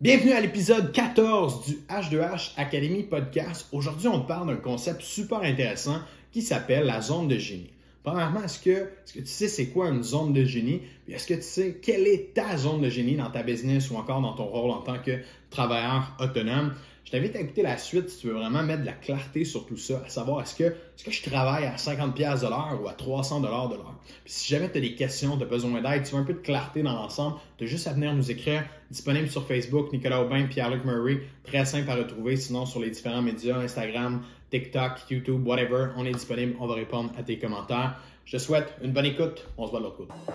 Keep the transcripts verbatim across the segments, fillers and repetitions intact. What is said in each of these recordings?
Bienvenue à l'épisode quatorze du H deux H Academy Podcast. Aujourd'hui, on te parle d'un concept super intéressant qui s'appelle la zone de génie. Premièrement, est-ce que, est-ce que tu sais c'est quoi une zone de génie? Puis est-ce que tu sais quelle est ta zone de génie dans ta business ou encore dans ton rôle en tant que travailleur autonome? Je t'invite à écouter la suite si tu veux vraiment mettre de la clarté sur tout ça, à savoir est-ce que, est-ce que je travaille à cinquante dollars de l'heure ou à trois cents dollars de l'heure. Puis si jamais tu as des questions, tu as besoin d'aide, tu veux un peu de clarté dans l'ensemble, tu as juste à venir nous écrire, disponible sur Facebook, Nicolas Aubin, Pierre-Luc Murray, très simple à retrouver, sinon sur les différents médias, Instagram, TikTok, YouTube, whatever, on est disponible, on va répondre à tes commentaires. Je te souhaite une bonne écoute, on se voit de l'autre côté.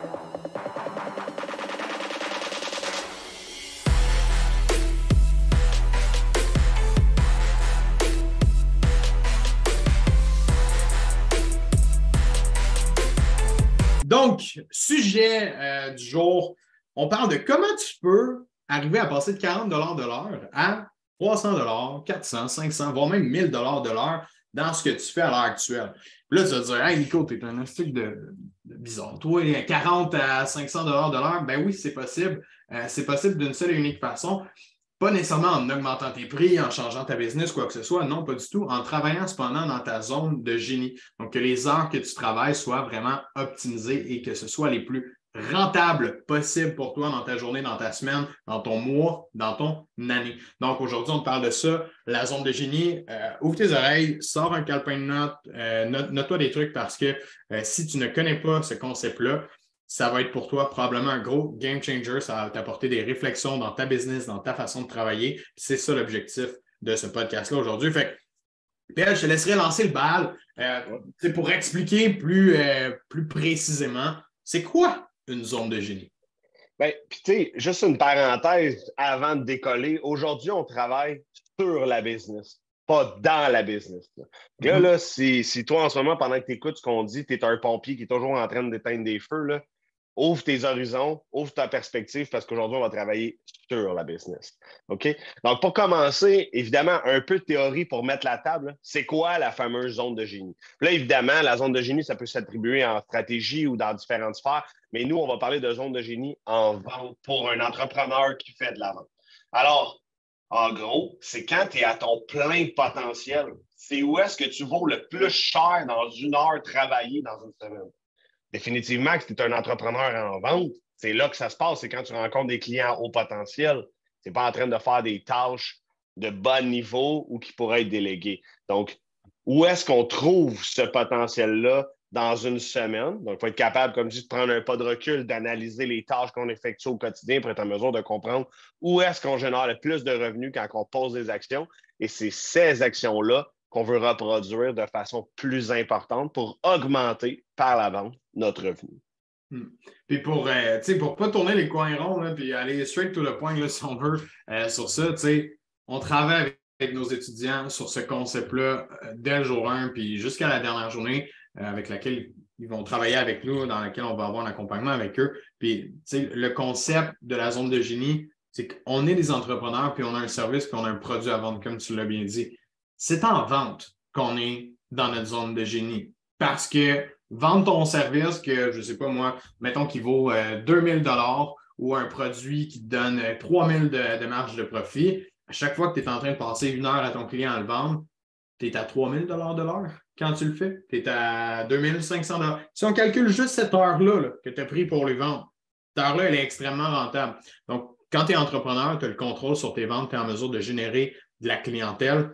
Donc, sujet euh, du jour, on parle de comment tu peux arriver à passer de quarante dollars de l'heure à trois cents dollars, quatre cents, cinq cents, voire même mille dollars de l'heure dans ce que tu fais à l'heure actuelle. Puis là, tu vas te dire, hey Nico, t'es un truc de, de, de bizarre. Toi, quarante à cinq cents dollars de l'heure, ben oui, c'est possible. Euh, c'est possible d'une seule et unique façon. Pas nécessairement en augmentant tes prix, en changeant ta business, quoi que ce soit. Non, pas du tout. En travaillant cependant dans ta zone de génie. Donc, que les heures que tu travailles soient vraiment optimisées et que ce soit les plus rentables possibles pour toi dans ta journée, dans ta semaine, dans ton mois, dans ton année. Donc, aujourd'hui, on te parle de ça. La zone de génie, euh, ouvre tes oreilles, sors un calepin de notes, euh, note, note-toi des trucs parce que euh, si tu ne connais pas ce concept-là, ça va être pour toi probablement un gros game changer. Ça va t'apporter des réflexions dans ta business, dans ta façon de travailler. C'est ça l'objectif de ce podcast-là aujourd'hui. Fait que, Pierre, je te laisserai lancer le bal euh, pour expliquer plus, euh, plus précisément, c'est quoi une zone de génie? Bien, puis tu sais, juste une parenthèse avant de décoller. Aujourd'hui, on travaille sur la business, pas dans la business. Là, là, Mm-hmm. là si, si toi, en ce moment, pendant que tu écoutes ce qu'on dit, tu es un pompier qui est toujours en train d'éteindre des feux, là, ouvre tes horizons, ouvre ta perspective parce qu'aujourd'hui, on va travailler sur la business. OK? Donc, pour commencer, évidemment, un peu de théorie pour mettre la table. C'est quoi la fameuse zone de génie? Puis là, évidemment, la zone de génie, ça peut s'attribuer en stratégie ou dans différentes sphères, mais nous, on va parler de zone de génie en vente pour un entrepreneur qui fait de la vente. Alors, en gros, c'est quand tu es à ton plein potentiel. C'est où est-ce que tu vaux le plus cher dans une heure travaillée dans une semaine. Définitivement que si tu es un entrepreneur en vente, c'est là que ça se passe. C'est quand tu rencontres des clients haut potentiel. Tu n'es pas en train de faire des tâches de bas niveau ou qui pourraient être déléguées. Donc, où est-ce qu'on trouve ce potentiel-là dans une semaine? Donc, il faut être capable, comme je dis, de prendre un pas de recul, d'analyser les tâches qu'on effectue au quotidien pour être en mesure de comprendre où est-ce qu'on génère le plus de revenus quand on pose des actions. Et c'est ces actions-là qu'on veut reproduire de façon plus importante pour augmenter par la vente notre revenu. Hmm. Puis pour euh, ne pas tourner les coins ronds, là, puis aller straight to the point, là, si on veut, euh, sur ça, on travaille avec, avec nos étudiants sur ce concept-là euh, dès le jour un, puis jusqu'à la dernière journée euh, avec laquelle ils vont travailler avec nous, dans laquelle on va avoir un accompagnement avec eux. Puis le concept de la zone de génie, c'est qu'on est des entrepreneurs, puis on a un service, puis on a un produit à vendre, comme tu l'as bien dit. C'est en vente qu'on est dans notre zone de génie. Parce que vendre ton service que, je ne sais pas moi, mettons qu'il vaut euh, deux mille dollars ou un produit qui te donne euh, trois mille de, de marge de profit, à chaque fois que tu es en train de passer une heure à ton client à le vendre, tu es à trois mille dollars de l'heure quand tu le fais. Tu es à deux mille cinq cents dollars. Si on calcule juste cette heure-là là, que tu as pris pour les vendre, cette heure-là, elle est extrêmement rentable. Donc, quand tu es entrepreneur, tu as le contrôle sur tes ventes, tu es en mesure de générer de la clientèle.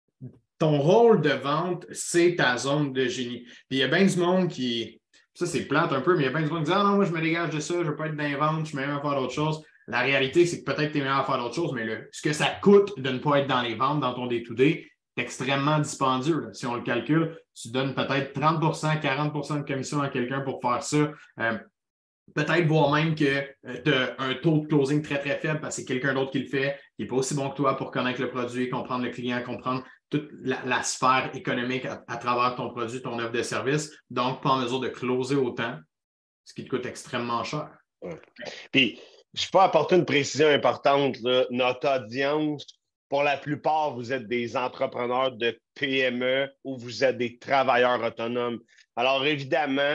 Ton rôle de vente, c'est ta zone de génie. Puis il y a bien du monde qui, ça c'est plate un peu, mais il y a bien du monde qui dit « Ah non, moi je me dégage de ça, je ne veux pas être dans les ventes, je suis meilleur à faire d'autres choses. » La réalité, c'est que peut-être que tu es meilleur à faire d'autres choses, mais le, ce que ça coûte de ne pas être dans les ventes, dans ton day-to-day, c'est extrêmement dispendieux. Là. Si on le calcule, tu donnes peut-être trente pour cent, quarante pour cent de commission à quelqu'un pour faire ça. Euh, Peut-être voir même que euh, tu as un taux de closing très, très faible parce que c'est quelqu'un d'autre qui le fait, qui n'est pas aussi bon que toi pour connaître le produit, comprendre le client, comprendre toute la, la sphère économique à, à travers ton produit, ton offre de service. Donc, pas en mesure de closer autant, ce qui te coûte extrêmement cher. Ouais. Puis, je peux apporter une précision importante. Là. Notre audience, pour la plupart, vous êtes des entrepreneurs de P M E ou vous êtes des travailleurs autonomes. Alors, évidemment,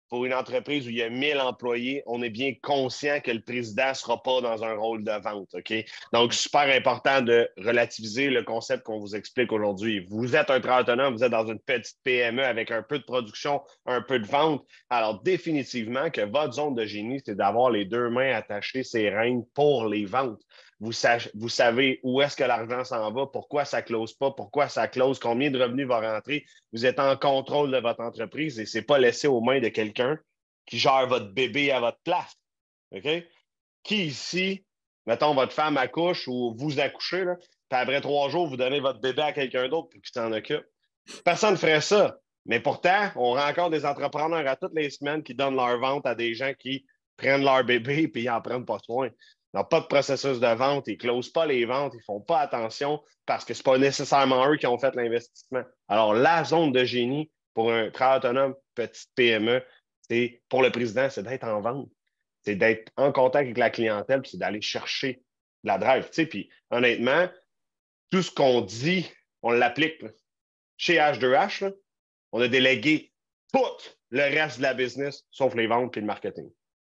pour une entreprise où il y a mille employés, on est bien conscient que le président ne sera pas dans un rôle de vente. OK? Donc, super important de relativiser le concept qu'on vous explique aujourd'hui. Vous êtes un travailleur autonome, vous êtes dans une petite P M E avec un peu de production, un peu de vente. Alors, définitivement que votre zone de génie, c'est d'avoir les deux mains attachées ses rênes pour les ventes. Vous, sach- vous savez où est-ce que l'argent s'en va, pourquoi ça ne close pas, pourquoi ça close, combien de revenus va rentrer. Vous êtes en contrôle de votre entreprise et ce n'est pas laissé aux mains de quelqu'un qui gère votre bébé à votre place. OK? Qui ici, mettons, votre femme accouche ou vous accouchez, là, puis après trois jours, vous donnez votre bébé à quelqu'un d'autre pour qu'il s'en occupe. Personne ne ferait ça. Mais pourtant, on rencontre des entrepreneurs à toutes les semaines qui donnent leur vente à des gens qui prennent leur bébé et ils n'en prennent pas soin. Ils n'ont pas de processus de vente, ils ne closent pas les ventes, ils ne font pas attention parce que ce n'est pas nécessairement eux qui ont fait l'investissement. Alors, la zone de génie pour un travailleur autonome, petite P M E, c'est pour le président, c'est d'être en vente. C'est d'être en contact avec la clientèle, puis c'est d'aller chercher de la drive. Tu sais, puis honnêtement, tout ce qu'on dit, on l'applique. Là. Chez H deux H, là, on a délégué tout le reste de la business, sauf les ventes et le marketing.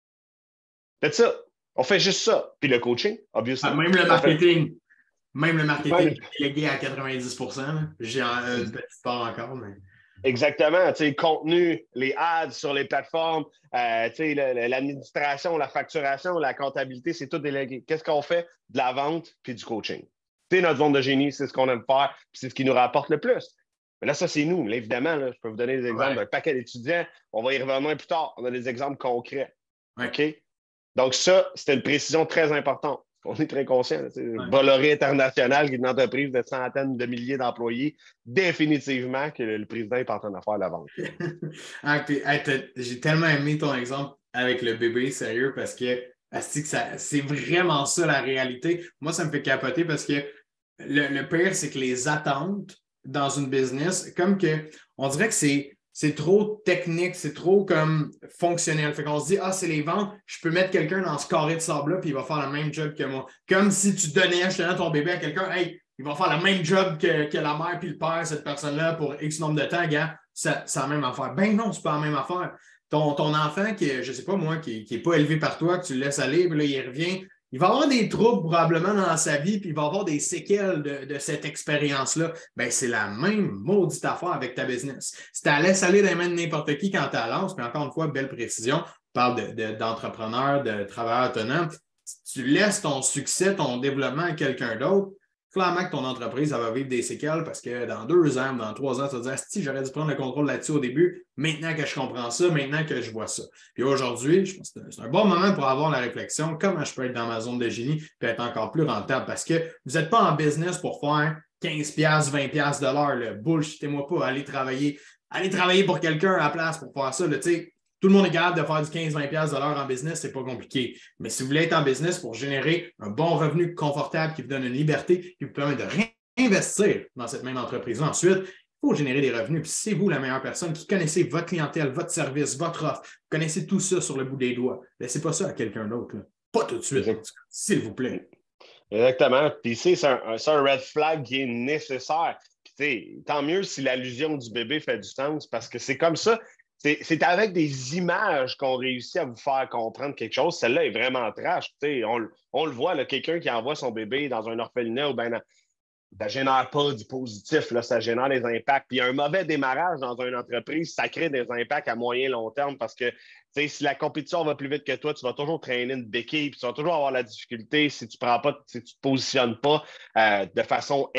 C'est ça. On fait juste ça. Puis le coaching, obviously. Ah, même le marketing. Fait... Même le marketing Ouais, est délégué à quatre-vingt-dix pour cent. J'ai une petite part encore, mais. Exactement. Tu sais, contenu, les ads sur les plateformes, euh, tu sais, l'administration, la facturation, la comptabilité, c'est tout délégué. Qu'est-ce qu'on fait? De la vente puis du coaching. C'est notre zone de génie, c'est ce qu'on aime faire, puis c'est ce qui nous rapporte le plus. Mais là, ça, c'est nous. Là, évidemment, là, je peux vous donner des exemples ouais. d'un paquet d'étudiants. On va y revenir plus tard. On a des exemples concrets. Ouais. OK? Donc, ça, c'était une précision très importante. On est très conscient. Ouais. Bolloré International, qui est une entreprise de centaines de milliers d'employés, définitivement que le président est en train de faire la vente. ah, j'ai tellement aimé ton exemple avec le bébé, sérieux, parce que c'est vraiment ça la réalité. Moi, ça me fait capoter parce que le, le pire, c'est que les attentes dans une business, comme que on dirait que c'est. C'est trop technique, c'est trop comme fonctionnel. Fait qu'on se dit, ah, c'est les ventes, je peux mettre quelqu'un dans ce carré de sable-là, puis il va faire le même job que moi. Comme si tu donnais justement ton bébé à quelqu'un, hey, il va faire le même job que, que la mère puis le père, cette personne-là, pour X nombre de temps, gars, c'est la même affaire. Ben non, c'est pas la même affaire. Ton, ton enfant, qui est, je sais pas moi, qui n'est pas élevé par toi, que tu le laisses aller, puis là, il revient. Il va avoir des troubles probablement dans sa vie, puis il va avoir des séquelles de, de cette expérience-là. Bien, c'est la même maudite affaire avec ta business. Si tu la laisses aller dans les mains de n'importe qui quand tu la lances, puis encore une fois, belle précision, on parle de, de, d'entrepreneur, de travailleur autonome, si tu laisses ton succès, ton développement à quelqu'un d'autre, clairement que ton entreprise, elle va vivre des séquelles parce que dans deux ans, dans trois ans, tu vas te dire, si j'aurais dû prendre le contrôle là-dessus au début, maintenant que je comprends ça, maintenant que je vois ça. Puis aujourd'hui, je pense que c'est un bon moment pour avoir la réflexion, comment je peux être dans ma zone de génie et être encore plus rentable parce que vous n'êtes pas en business pour faire quinze piastres, vingt piastres de l'heure, le bullshitez-moi pas, allez travailler, allez travailler pour quelqu'un à la place pour faire ça, tu sais. Tout le monde est capable de faire du quinze à vingt piastres de l'heure en business, c'est pas compliqué. Mais si vous voulez être en business pour générer un bon revenu confortable qui vous donne une liberté, qui vous permet de réinvestir dans cette même entreprise ensuite, il faut générer des revenus. Puis c'est vous la meilleure personne qui connaissez votre clientèle, votre service, votre offre. Vous connaissez tout ça sur le bout des doigts. Laissez pas ça à quelqu'un d'autre. Là. Pas tout de suite, s'il vous plaît. Exactement. Puis c'est un, un, un red flag qui est nécessaire. Puis tant mieux si l'allusion du bébé fait du sens parce que c'est comme ça. C'est avec des images qu'on réussit à vous faire comprendre quelque chose. Celle-là est vraiment trash. On, on le voit, quelqu'un qui envoie son bébé dans un orphelinat, ben, ça ne génère pas du positif, là, ça génère des impacts. Puis un mauvais démarrage dans une entreprise, ça crée des impacts à moyen et long terme parce que si la compétition va plus vite que toi, tu vas toujours traîner une béquille, puis tu vas toujours avoir la difficulté si tu prends pas, si tu ne te positionnes pas euh, de façon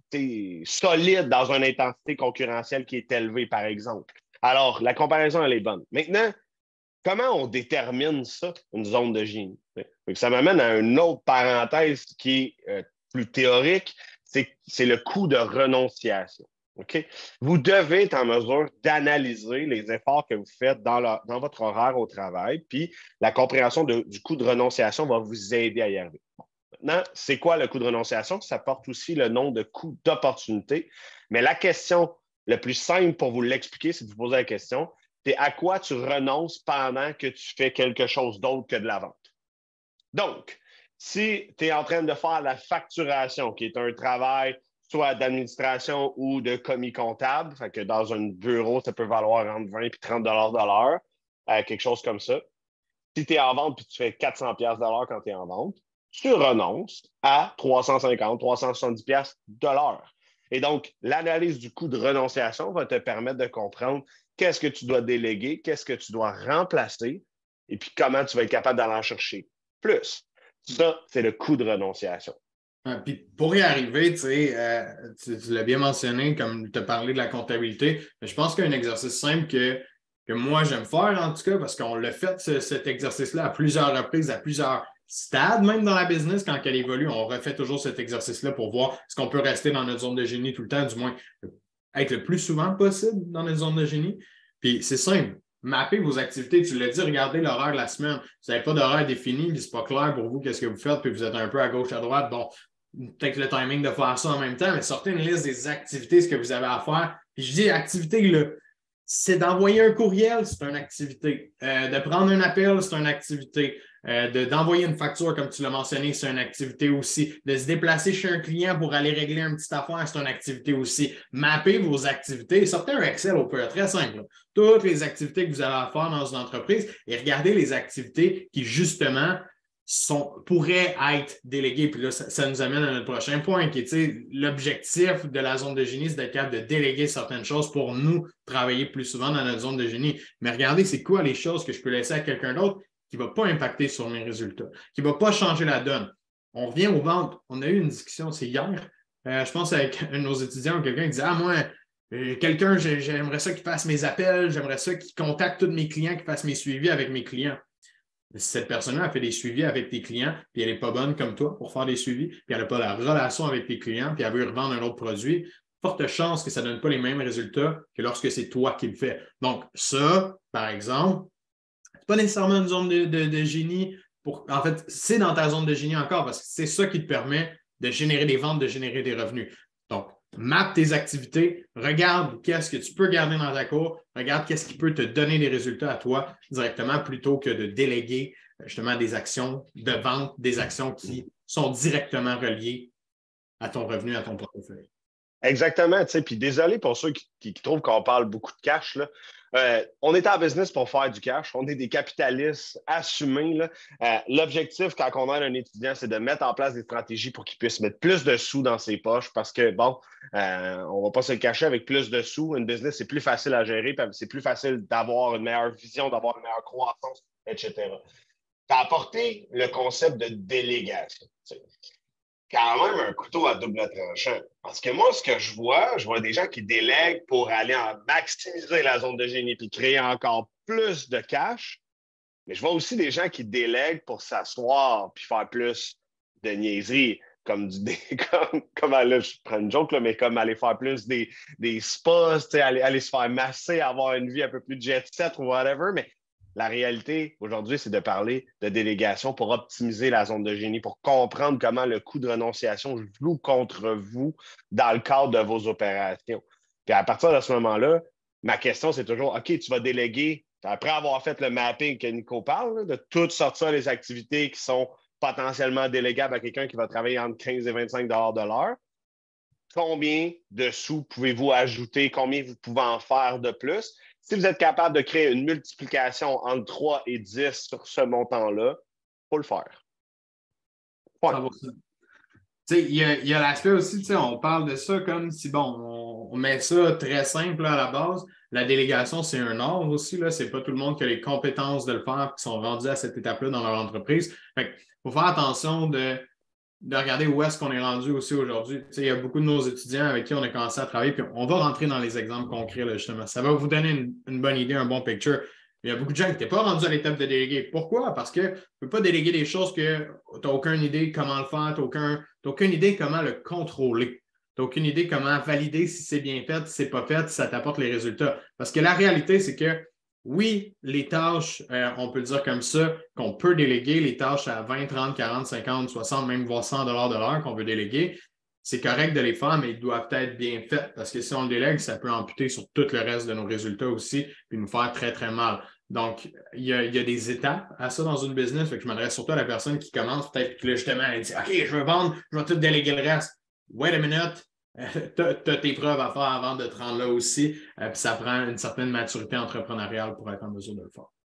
solide dans une intensité concurrentielle qui est élevée, par exemple. Alors, la comparaison, elle est bonne. Maintenant, comment on détermine ça, une zone de génie? Ça m'amène à une autre parenthèse qui est euh, plus théorique, c'est le coût de renonciation. Okay? Vous devez être en mesure d'analyser les efforts que vous faites dans, la, dans votre horaire au travail, puis la compréhension de, du coût de renonciation va vous aider à y arriver. Bon. Maintenant, c'est quoi le coût de renonciation? Ça porte aussi le nom de coût d'opportunité, mais la question le plus simple pour vous l'expliquer, c'est de vous poser la question, c'est à quoi tu renonces pendant que tu fais quelque chose d'autre que de la vente. Donc, si tu es en train de faire la facturation, qui est un travail soit d'administration ou de commis comptable, fait que dans un bureau, ça peut valoir entre vingt et trente dollars de l'heure, à quelque chose comme ça. Si tu es en vente puis tu fais quatre cents dollars de l'heure quand tu es en vente, tu renonces à trois cent cinquante, trois cent soixante-dix dollars de l'heure. Et donc, l'analyse du coût de renonciation va te permettre de comprendre qu'est-ce que tu dois déléguer, qu'est-ce que tu dois remplacer et puis comment tu vas être capable d'aller en chercher plus. Ça, c'est le coût de renonciation. Ah, puis pour y arriver, tu sais, euh, tu, tu l'as bien mentionné, comme tu as parlé de la comptabilité, mais je pense qu'il y a un exercice simple que, que moi j'aime faire en tout cas, parce qu'on l'a fait ce, cet exercice-là à plusieurs reprises, à plusieurs stades, même dans la business, quand elle évolue, on refait toujours cet exercice-là pour voir est-ce qu'on peut rester dans notre zone de génie tout le temps, du moins être le plus souvent possible dans notre zone de génie. Puis c'est simple. Mappez vos activités. Tu l'as dit, regardez l'horaire de la semaine. Vous n'avez pas d'horaire défini, puis c'est pas clair pour vous qu'est-ce que vous faites, puis vous êtes un peu à gauche, à droite. Bon, peut-être le timing de faire ça en même temps, mais sortez une liste des activités, ce que vous avez à faire. Puis je dis activité, là, c'est d'envoyer un courriel, c'est une activité. Euh, de prendre un appel, c'est une activité. Euh, de, d'envoyer une facture, comme tu l'as mentionné, c'est une activité aussi. De se déplacer chez un client pour aller régler une petite affaire, c'est une activité aussi. Mappez vos activités. Sortez un Excel au pire, très simple. Là. Toutes les activités que vous avez à faire dans une entreprise et regardez les activités qui, justement, sont, pourraient être déléguées. Puis là, ça, ça nous amène à notre prochain point, qui est l'objectif de la zone de génie, c'est d'être capable de déléguer certaines choses pour nous travailler plus souvent dans notre zone de génie. Mais regardez, c'est quoi les choses que je peux laisser à quelqu'un d'autre qui ne va pas impacter sur mes résultats, qui ne va pas changer la donne. On revient aux ventes. On a eu une discussion, c'est hier, euh, je pense avec un de nos étudiants, quelqu'un qui disait « Ah, moi, euh, quelqu'un, j'aimerais ça qu'il fasse mes appels, j'aimerais ça qu'il contacte tous mes clients, qu'il fasse mes suivis avec mes clients. » Si cette personne-là a fait des suivis avec tes clients, puis elle n'est pas bonne comme toi pour faire des suivis, puis elle n'a pas la relation avec tes clients, puis elle veut revendre un autre produit, forte chance que ça ne donne pas les mêmes résultats que lorsque c'est toi qui le fais. Donc, ça, par exemple, c'est pas nécessairement une zone de, de, de génie. Pour, en fait, c'est dans ta zone de génie encore parce que c'est ça qui te permet de générer des ventes, de générer des revenus. Donc, map tes activités, regarde qu'est-ce que tu peux garder dans ta cour, regarde qu'est-ce qui peut te donner des résultats à toi directement plutôt que de déléguer justement des actions de vente, des actions qui sont directement reliées à ton revenu, à ton portefeuille. Exactement, tu sais, puis désolé pour ceux qui, qui trouvent qu'on parle beaucoup de cash, là. Euh, on est en business pour faire du cash, on est des capitalistes assumés, là. Euh, l'objectif, quand on aide un étudiant, c'est de mettre en place des stratégies pour qu'il puisse mettre plus de sous dans ses poches parce que, bon, euh, on ne va pas se le cacher, avec plus de sous, une business, c'est plus facile à gérer, c'est plus facile d'avoir une meilleure vision, d'avoir une meilleure croissance, et cetera. Tu as apporté le concept de délégation, tu sais. Quand même un couteau à double tranchant. Parce que moi, ce que je vois, je vois des gens qui délèguent pour aller en maximiser la zone de génie puis créer encore plus de cash. Mais je vois aussi des gens qui délèguent pour s'asseoir puis faire plus de niaiseries, comme du comme, comme là, je prends une joke, là, mais comme aller faire plus des, des spas, aller, aller se faire masser, avoir une vie un peu plus jet set ou whatever. Mais la réalité, aujourd'hui, c'est de parler de délégation pour optimiser la zone de génie, pour comprendre comment le coût de renonciation joue contre vous dans le cadre de vos opérations. Puis à partir de ce moment-là, ma question, c'est toujours, OK, tu vas déléguer, après avoir fait le mapping que Nico parle, là, de toutes sortir les activités qui sont potentiellement délégables à quelqu'un qui va travailler entre quinze et vingt-cinq dollars de l'heure. Combien de sous pouvez-vous ajouter? Combien vous pouvez en faire de plus? Si vous êtes capable de créer une multiplication entre trois et dix sur ce montant-là, il faut le faire. Il y a, y a l'aspect aussi, on parle de ça comme si, bon, on, on met ça très simple là, à la base. La délégation, c'est un art aussi. Ce n'est pas tout le monde qui a les compétences de le faire et qui sont rendus à cette étape-là dans leur entreprise. Il faut faire attention de, de regarder où est-ce qu'on est rendu aussi aujourd'hui. Il y a beaucoup de nos étudiants avec qui on a commencé à travailler, puis on va rentrer dans les exemples concrets, là, justement. Ça va vous donner une, une bonne idée, un bon picture. Il y a beaucoup de gens qui n'étaient pas rendus à l'étape de déléguer. Pourquoi? Parce que tu ne peux pas déléguer des choses que tu n'as aucune idée comment le faire, tu n'as aucun, aucune idée comment le contrôler. Tu n'as aucune idée comment valider si c'est bien fait, si ce n'est pas fait, si ça t'apporte les résultats. Parce que la réalité, c'est que oui, les tâches, euh, on peut le dire comme ça, qu'on peut déléguer, les tâches à vingt, trente, quarante, cinquante, soixante, même voire cent dollars de l'heure qu'on veut déléguer, c'est correct de les faire, mais ils doivent être bien faits. Parce que si on le délègue, ça peut amputer sur tout le reste de nos résultats aussi, puis nous faire très, très mal. Donc, il y a, il y a des étapes à ça dans une business. Fait que je m'adresse surtout à la personne qui commence, peut-être que là, justement, elle dit OK, je veux vendre, je vais tout déléguer le reste. Wait a minute, tu as tes preuves à faire avant de te rendre là aussi. Euh, puis ça prend une certaine maturité entrepreneuriale pour être en mesure de le faire.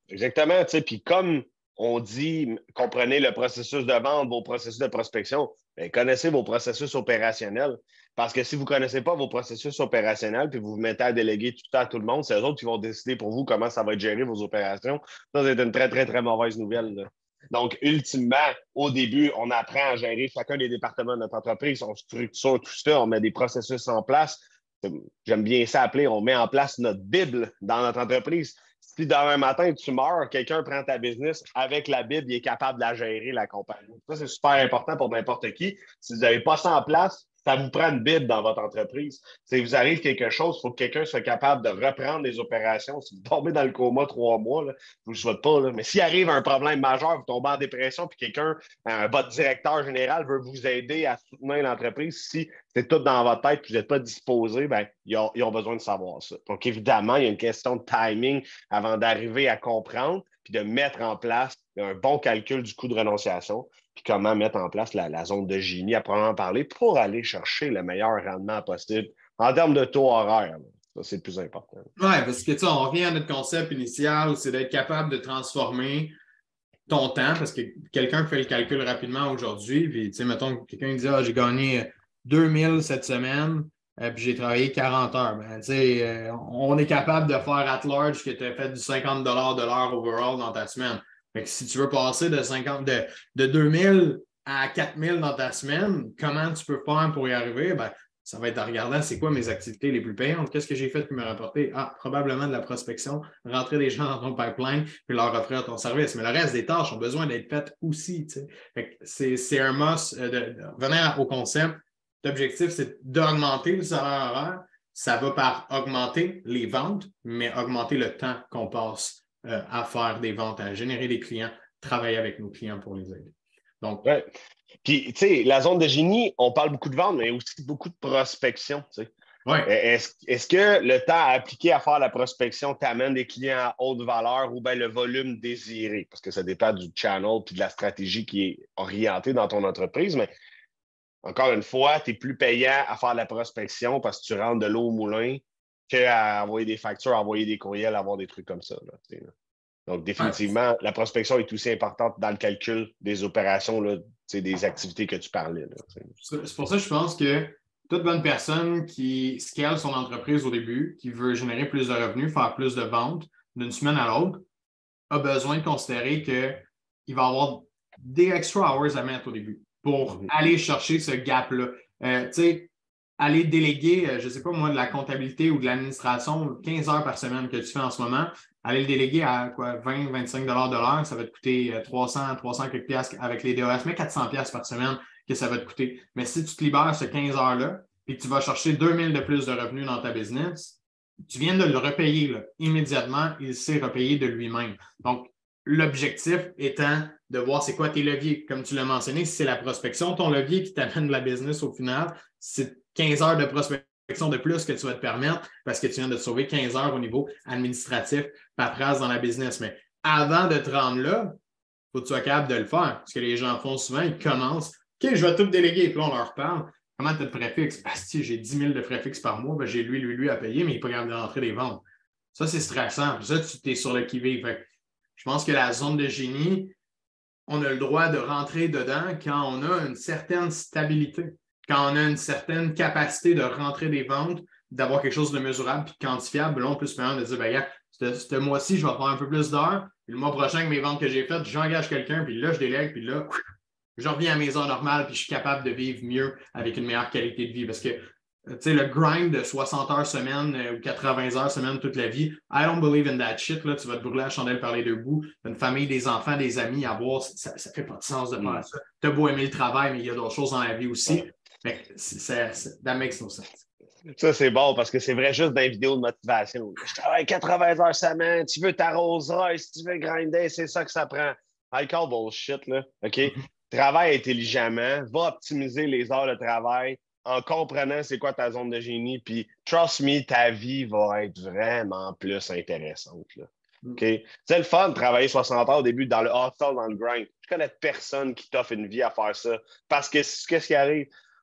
Exactement, tu sais, puis comme on dit, comprenez le processus de vente, vos processus de prospection, bien, connaissez vos processus opérationnels. Parce que si vous ne connaissez pas vos processus opérationnels, puis vous vous mettez à déléguer tout ça à tout le monde, c'est eux autres qui vont décider pour vous comment ça va être géré vos opérations. Ça, c'est une très, très, très mauvaise nouvelle, là. Donc, ultimement, au début, on apprend à gérer chacun des départements de notre entreprise, on structure tout ça, on met des processus en place. J'aime bien ça appeler, on met en place notre Bible dans notre entreprise. Si demain matin, tu meurs, quelqu'un prend ta business, avec la Bible, il est capable de la gérer, la compagnie. Ça, c'est super important pour n'importe qui. Si vous n'avez pas ça en place, ça vous prend une Bible dans votre entreprise. Si vous arrive quelque chose, il faut que quelqu'un soit capable de reprendre les opérations. Si vous tombez dans le coma trois mois, là, je ne vous le souhaite pas, là. Mais s'il arrive un problème majeur, vous tombez en dépression, puis quelqu'un, un, votre directeur général veut vous aider à soutenir l'entreprise, si c'est tout dans votre tête et vous n'êtes pas disposé, ben, ils, ont, ils ont besoin de savoir ça. Donc, évidemment, il y a une question de timing avant d'arriver à comprendre puis de mettre en place un bon calcul du coût de renonciation, puis comment mettre en place la, la zone de génie à proprement parler pour aller chercher le meilleur rendement possible en termes de taux horaire. Ça, c'est le plus important. Oui, parce que tu sais, on revient à notre concept initial, c'est d'être capable de transformer ton temps, parce que quelqu'un fait le calcul rapidement aujourd'hui, puis tu sais, mettons, quelqu'un dit ah, j'ai gagné deux mille cette semaine, euh, puis j'ai travaillé quarante heures. Ben, tu sais, euh, on est capable de faire at large que tu as fait du cinquante dollars de l'heure overall dans ta semaine. Fait que si tu veux passer de cinquante de, de deux mille à quatre mille dans ta semaine, comment tu peux faire pour y arriver? Ben, ça va être en regardant c'est quoi mes activités les plus payantes. Qu'est-ce que j'ai fait qui me rapporté? Ah, probablement de la prospection, rentrer des gens dans ton pipeline puis leur offrir ton service. Mais le reste des tâches ont besoin d'être faites aussi. C'est, c'est un must de, de revenir au concept. L'objectif, c'est d'augmenter le salaire horaire. Ça va par augmenter les ventes, mais augmenter le temps qu'on passe euh, à faire des ventes, à générer des clients, travailler avec nos clients pour les aider. Donc, ouais. Puis, tu sais, la zone de génie, on parle beaucoup de vente, mais aussi beaucoup de prospection. Tu sais. Ouais. Est-ce, est-ce que le temps à appliquer à faire la prospection t'amène des clients à haute valeur ou bien le volume désiré? Parce que ça dépend du channel puis de la stratégie qui est orientée dans ton entreprise. Mais encore une fois, tu es plus payant à faire la prospection parce que tu rentres de l'eau au moulin qu'à envoyer des factures, envoyer des courriels, avoir des trucs comme ça. Là, tu sais, là. Donc, définitivement, ouais. La prospection est aussi importante dans le calcul des opérations, là, des activités que tu parlais. Là, c'est pour ça que je pense que toute bonne personne qui scale son entreprise au début, qui veut générer plus de revenus, faire plus de ventes d'une semaine à l'autre, a besoin de considérer qu'il va avoir des extra hours à mettre au début pour mm-hmm. aller chercher ce gap-là. Euh, tu sais, aller déléguer, je ne sais pas moi, de la comptabilité ou de l'administration, quinze heures par semaine que tu fais en ce moment, aller le déléguer à quoi, vingt à vingt-cinq dollars de l'heure, ça va te coûter trois cents, trois cents quelques piastres avec les D O S, mais quatre cents piastres par semaine que ça va te coûter. Mais si tu te libères ce quinze heures-là, puis que tu vas chercher deux mille de plus de revenus dans ta business, tu viens de le repayer là. Immédiatement, il s'est repayé de lui-même. Donc, l'objectif étant de voir c'est quoi tes leviers. Comme tu l'as mentionné, si c'est la prospection, ton levier qui t'amène de la business au final, c'est quinze heures de prospection de plus que tu vas te permettre parce que tu viens de te sauver quinze heures au niveau administratif, paperasse dans la business. Mais avant de te rendre là, il faut que tu sois capable de le faire. Ce que les gens font souvent, ils commencent, OK, je vais tout déléguer. Puis là, on leur parle. Comment tu as de frais fixes? Ah, si j'ai dix mille de frais fixes par mois, ben, j'ai lui, lui, lui à payer, mais il n'est pas capable de rentrer des ventes. Ça, c'est stressant. Puis ça, tu es sur le qui-vive. Je pense que la zone de génie, on a le droit de rentrer dedans quand on a une certaine stabilité, quand on a une certaine capacité de rentrer des ventes, d'avoir quelque chose de mesurable et quantifiable. Là, on peut se permettre de dire, ben, ce, ce mois-ci, je vais faire un peu plus d'heures. Puis le mois prochain, avec mes ventes que j'ai faites, j'engage quelqu'un, puis là, je délègue, puis là, je reviens à mes heures normales, puis je suis capable de vivre mieux avec une meilleure qualité de vie. Parce que, tu sais, le grind de soixante heures semaine euh, ou quatre-vingts heures semaine toute la vie, I don't believe in that shit. Là, tu vas te brûler la chandelle par les deux bouts. Une famille, des enfants, des amis à voir, ça ne fait pas de sens de faire mm. ça. Tu as beau aimer le travail, mais il y a d'autres choses dans la vie aussi. Mais ça, that makes no sense. Ça, c'est bon parce que c'est vrai juste dans les vidéos de motivation. Je travaille quatre-vingts heures semaine, tu veux t'arroser, si tu veux grinder, c'est ça que ça prend. I call bullshit, là. OK? Mm-hmm. Travaille intelligemment, va optimiser les heures de travail en comprenant c'est quoi ta zone de génie, puis trust me, ta vie va être vraiment plus intéressante, là. OK? Mm-hmm. C'est le fun de travailler soixante heures au début dans le hustle, dans le grind. Je connais personne qui t'offre une vie à faire ça parce que qu'est-ce qui arrive?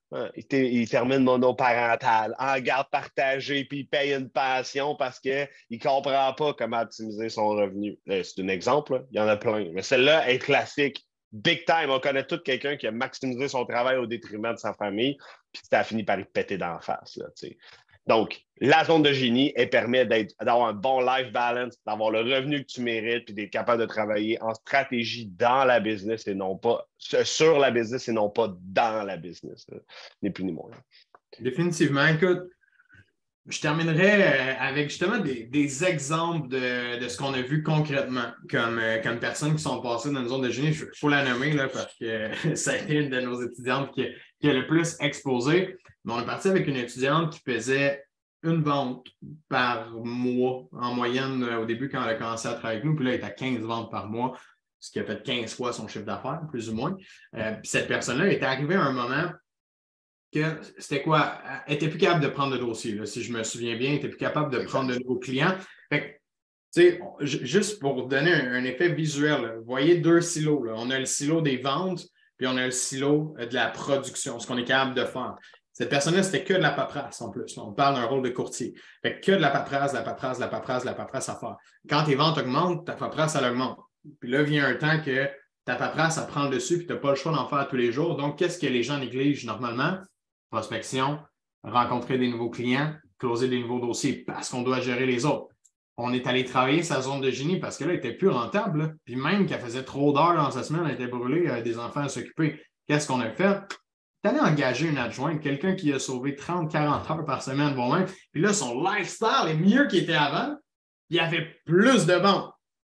Ouais, il, t- il termine monoparental, en garde partagée, puis il paye une pension parce qu'il ne comprend pas comment optimiser son revenu. Euh, C'est un exemple, là. Il y en a plein. Mais celle-là est classique. Big time. On connaît tout quelqu'un qui a maximisé son travail au détriment de sa famille, puis ça a fini par y péter d'en face. Là, tu sais. Donc, la zone de génie, elle permet d'être- d'avoir un bon life balance, d'avoir le revenu que tu mérites, puis d'être capable de travailler en stratégie dans la business et non pas sur la business et non pas dans la business. Là. Ni plus ni moins. Définitivement. Écoute, je terminerai euh, avec justement des, des exemples de, de ce qu'on a vu concrètement comme, euh, comme personnes qui sont passées dans une zone de génie. Il faut la nommer là, parce que ça a été une de nos étudiantes qui, qui a le plus explosé. Mais on est parti avec une étudiante qui faisait une vente par mois en moyenne euh, au début quand elle a commencé à travailler avec nous. Puis là, elle est à quinze ventes par mois, ce qui a fait quinze fois son chiffre d'affaires, plus ou moins. Euh, puis cette personne-là était arrivée à un moment que c'était quoi? Elle n'était plus capable de prendre de dossier, là, si je me souviens bien, elle n'était plus capable de prendre de nouveaux clients. Fait que, juste pour donner un, un effet visuel, là, vous voyez deux silos. Là. On a le silo des ventes, puis on a le silo de la production, ce qu'on est capable de faire. Cette personne-là, c'était que de la paperasse en plus. Là. On parle d'un rôle de courtier. Fait que, que de la paperasse, de la paperasse, de la paperasse, de la paperasse à faire. Quand tes ventes augmentent, ta paperasse, elle augmente. Puis là, vient un temps que ta paperasse, ça prend le dessus, puis tu n'as pas le choix d'en faire tous les jours. Donc, qu'est-ce que les gens négligent normalement? Prospection, rencontrer des nouveaux clients, closer des nouveaux dossiers parce qu'on doit gérer les autres. On est allé travailler sa zone de génie parce que là, elle était plus rentable. Là. Puis même qu'elle faisait trop d'heures dans sa semaine, elle était brûlée, euh, des enfants à s'occuper. Qu'est-ce qu'on a fait? Tu allé engager une adjointe, quelqu'un qui a sauvé trente à quarante heures par semaine, bon même. Puis là, son lifestyle est mieux qu'il était avant. Il y avait plus de ventes.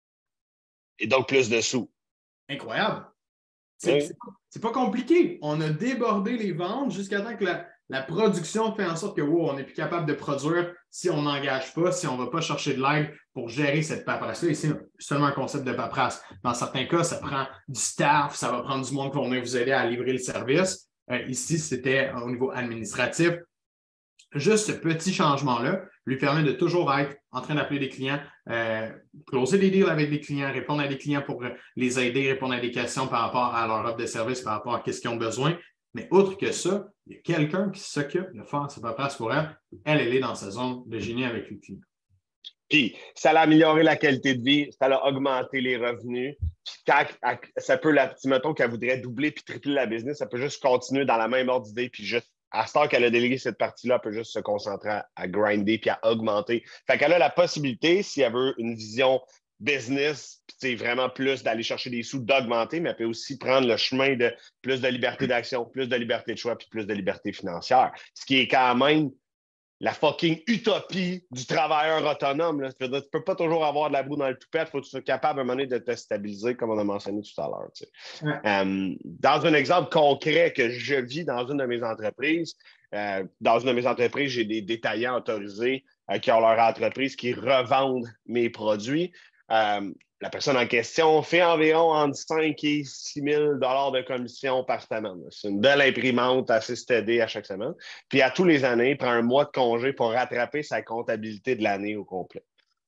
Et donc plus de sous. Incroyable. C'est Oui. c'est pas compliqué. On a débordé les ventes jusqu'à temps que la, la production fait en sorte que wow, on n'est plus capable de produire si on n'engage pas, si on ne va pas chercher de l'aide pour gérer cette paperasse-là. Ici, c'est seulement un concept de paperasse. Dans certains cas, ça prend du staff, ça va prendre du monde pour venir vous aider à livrer le service. Euh, ici, c'était au niveau administratif. Juste ce petit changement-là lui permet de toujours être en train d'appeler des clients, euh, closer des deals avec des clients, répondre à des clients pour les aider, répondre à des questions par rapport à leur offre de service, par rapport à ce qu'ils ont besoin. Mais outre que ça, il y a quelqu'un qui s'occupe de faire sa paperasse pour elle. Elle, elle est dans sa zone de génie avec les clients. Puis, ça a amélioré la qualité de vie, ça a augmenté les revenus. Puis, quand, ça peut, la, mettons qu'elle voudrait doubler puis tripler la business, ça peut juste continuer dans la même ordre d'idée, puis juste à ce temps qu'elle a délégué cette partie-là, elle peut juste se concentrer à, à grinder puis à augmenter. Fait qu'elle a la possibilité, si elle veut une vision business, c'est vraiment plus d'aller chercher des sous, d'augmenter, mais elle peut aussi prendre le chemin de plus de liberté d'action, plus de liberté de choix, puis plus de liberté financière. Ce qui est quand même la fucking utopie du travailleur autonome. Là. Tu ne peux pas toujours avoir de la boue dans le toupette. Il faut que tu sois capable à un moment donné de te stabiliser, comme on a mentionné tout à l'heure. Tu sais. Ouais. euh, dans un exemple concret que je vis dans une de mes entreprises, euh, dans une de mes entreprises, j'ai des détaillants autorisés euh, qui ont leur entreprise, qui revendent mes produits. Euh, la personne en question fait environ entre cinq et six mille dollars de commission par semaine. C'est une belle imprimante assez stédée à chaque semaine. Puis à tous les années, il prend un mois de congé pour rattraper sa comptabilité de l'année au complet.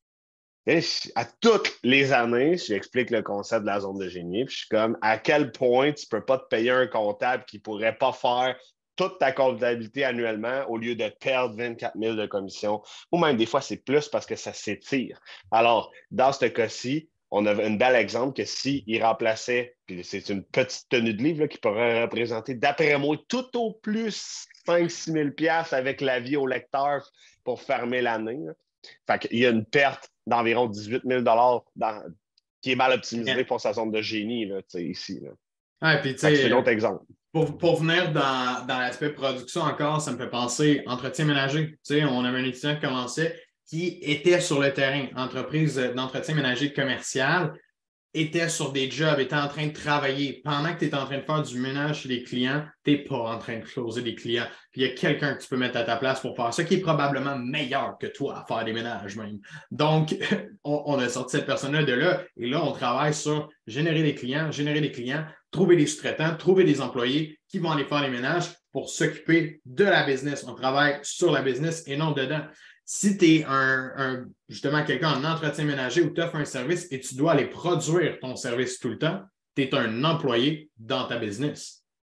Et à toutes les années, j'explique le concept de la zone de génie. Puis je suis comme, à quel point tu ne peux pas te payer un comptable qui ne pourrait pas faire toute ta comptabilité annuellement au lieu de perdre vingt-quatre mille de commission. Ou même des fois, c'est plus parce que ça s'étire. Alors, dans ce cas-ci, on a un bel exemple que s'il remplaçait, puis c'est une petite tenue de livre là, qui pourrait représenter, d'après moi, tout au plus cinq à six mille dollars avec l'avis au lecteur pour fermer l'année. Là. Fait qu'il y a une perte d'environ dix-huit mille dollars dans, qui est mal optimisée yeah. pour sa zone de génie là, ici. Là. Ah, puis, c'est un autre exemple. Pour, pour venir dans, dans l'aspect production encore, ça me fait penser entretien ménager. T'sais, on avait un étudiant qui commençait qui était sur le terrain, entreprise d'entretien ménager commercial, était sur des jobs, était en train de travailler. Pendant que tu es en train de faire du ménage chez les clients, tu n'es pas en train de closer des clients. Puis il y a quelqu'un que tu peux mettre à ta place pour faire ça, qui est probablement meilleur que toi à faire des ménages même. Donc, on, on a sorti cette personne-là de là, et là, on travaille sur générer des clients, générer des clients, trouver des sous-traitants, trouver des employés qui vont aller faire les ménages pour s'occuper de la business. On travaille sur la business et non dedans. Si tu es un, un, justement quelqu'un en entretien ménager où tu offres un service et tu dois aller produire ton service tout le temps, tu es un employé dans ta business.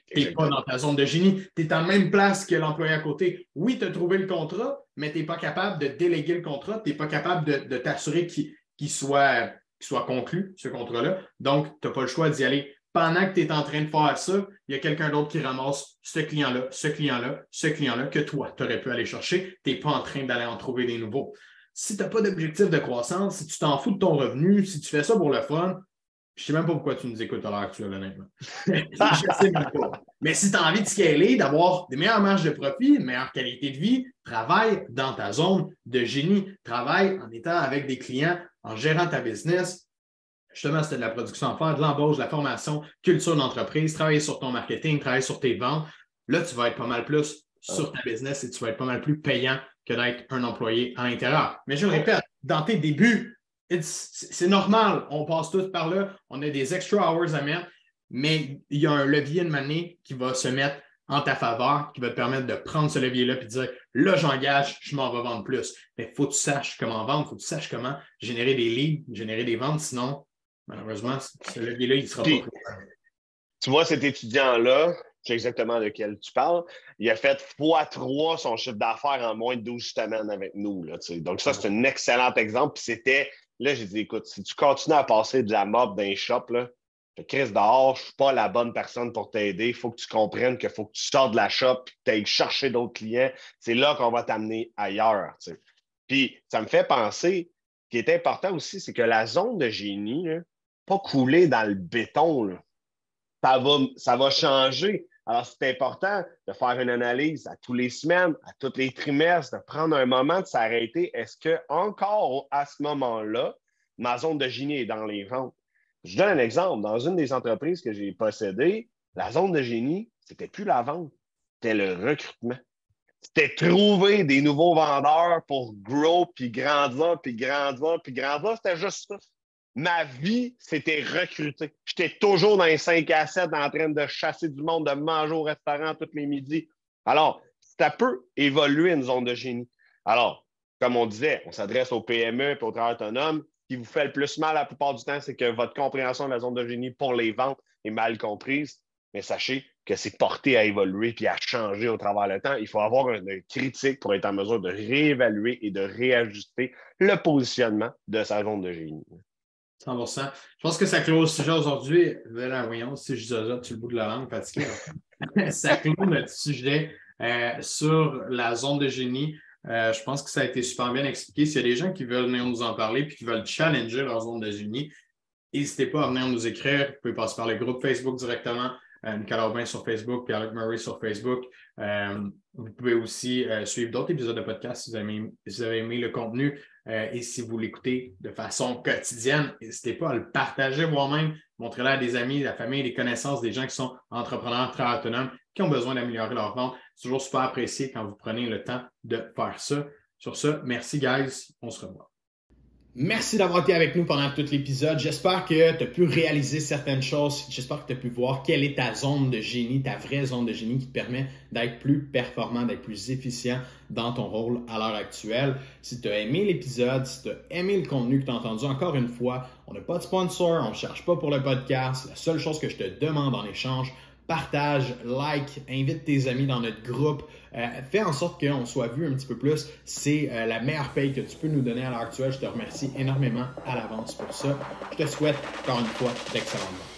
Tu n'es pas dans ta zone de génie. Tu es en même place que l'employé à côté. Oui, tu as trouvé le contrat, mais tu n'es pas capable de déléguer le contrat. Tu n'es pas capable de, de t'assurer qu'il, qu'il, soit, qu'il soit conclu, ce contrat-là. Donc, tu n'as pas le choix d'y aller. Pendant que tu es en train de faire ça, il y a quelqu'un d'autre qui ramasse ce client-là, ce client-là, ce client-là que toi, tu aurais pu aller chercher. Tu n'es pas en train d'aller en trouver des nouveaux. Si tu n'as pas d'objectif de croissance, si tu t'en fous de ton revenu, si tu fais ça pour le fun, je ne sais même pas pourquoi tu nous écoutes à l'heure actuelle, honnêtement. Je ne sais même pas. Mais si tu as envie de scaler, d'avoir des meilleures marges de profit, une meilleure qualité de vie, travaille dans ta zone de génie. Travaille en étant avec des clients, en gérant ta business. Justement, c'était de la production à faire, de l'embauche, de la formation, culture d'entreprise, travailler sur ton marketing, travailler sur tes ventes. Là, tu vas être pas mal plus sur ta business et tu vas être pas mal plus payant que d'être un employé à l'intérieur. Mais je le répète, dans tes débuts, c'est normal, on passe tous par là, on a des extra hours à mettre, mais il y a un levier de monnaie qui va se mettre en ta faveur, qui va te permettre de prendre ce levier-là et de dire là, j'engage, je m'en vais vendre plus. Mais il faut que tu saches comment vendre, il faut que tu saches comment générer des leads, générer des ventes, sinon, malheureusement, ce levier-là, il ne sera Puis, pas plus. Tu vois, cet étudiant-là, je sais exactement de quel tu parles, il a fait fois trois son chiffre d'affaires en moins de douze semaines avec nous. Là, donc, ça, c'est un excellent exemple. Puis c'était, là, j'ai dit, écoute, si tu continues à passer de la mob d'un shop, là, Chris dehors, je ne suis pas la bonne personne pour t'aider. Il faut que tu comprennes qu'il faut que tu sortes de la shop et que tu ailles chercher d'autres clients. C'est là qu'on va t'amener ailleurs. T'sais. Puis, ça me fait penser, ce qui est important aussi, c'est que la zone de génie, là, pas couler dans le béton, là. Ça va, ça va changer. Alors, c'est important de faire une analyse à tous les semaines, à tous les trimestres, de prendre un moment de s'arrêter. Est-ce que encore à ce moment-là, ma zone de génie est dans les ventes? Je donne un exemple. Dans une des entreprises que j'ai possédées, la zone de génie, c'était plus la vente, c'était le recrutement. C'était trouver des nouveaux vendeurs pour grow, puis grandir, puis grandir, puis grandir. C'était juste ça. Ma vie, c'était recruter. J'étais toujours dans les cinq à sept en train de chasser du monde, de manger au restaurant tous les midis. Alors, ça peut évoluer une zone de génie. Alors, comme on disait, on s'adresse aux P M E et aux travailleurs autonomes. Ce qui vous fait le plus mal la plupart du temps, c'est que votre compréhension de la zone de génie pour les ventes est mal comprise. Mais sachez que c'est porté à évoluer puis à changer au travers le temps. Il faut avoir une critique pour être en mesure de réévaluer et de réajuster le positionnement de sa zone de génie. cent pour cent. Je pense que ça close le sujet aujourd'hui. Voilà, voyons, si je dis ça, tu le bout de la langue, fatigué. Ça close notre sujet euh, sur la zone de génie. Euh, je pense que ça a été super bien expliqué. S'il y a des gens qui veulent venir nous en parler et qui veulent challenger leur zone de génie, n'hésitez pas à venir nous écrire. Vous pouvez passer par le groupe Facebook directement. Euh, Nicolas Aubin sur Facebook, Pierre-Luc Murray sur Facebook. Euh, vous pouvez aussi euh, suivre d'autres épisodes de podcast si vous avez aimé, si vous avez aimé le contenu euh, et si vous l'écoutez de façon quotidienne, n'hésitez pas à le partager moi-même, montrez-le à des amis, la famille, des connaissances, des gens qui sont entrepreneurs, travailleurs autonomes, qui ont besoin d'améliorer leur vente. C'est toujours super apprécié quand vous prenez le temps de faire ça. Sur ce, merci guys, on se revoit. Merci d'avoir été avec nous pendant tout l'épisode. J'espère que tu as pu réaliser certaines choses. J'espère que tu as pu voir quelle est ta zone de génie, ta vraie zone de génie qui te permet d'être plus performant, d'être plus efficient dans ton rôle à l'heure actuelle. Si tu as aimé l'épisode, si tu as aimé le contenu que tu as entendu, encore une fois, on n'a pas de sponsor, on ne cherche pas pour le podcast. La seule chose que je te demande en échange, partage, like, invite tes amis dans notre groupe, euh, fais en sorte qu'on soit vu un petit peu plus. C'est euh, la meilleure paye que tu peux nous donner à l'heure actuelle. Je te remercie énormément à l'avance pour ça. Je te souhaite encore une fois d'excellentes ventes.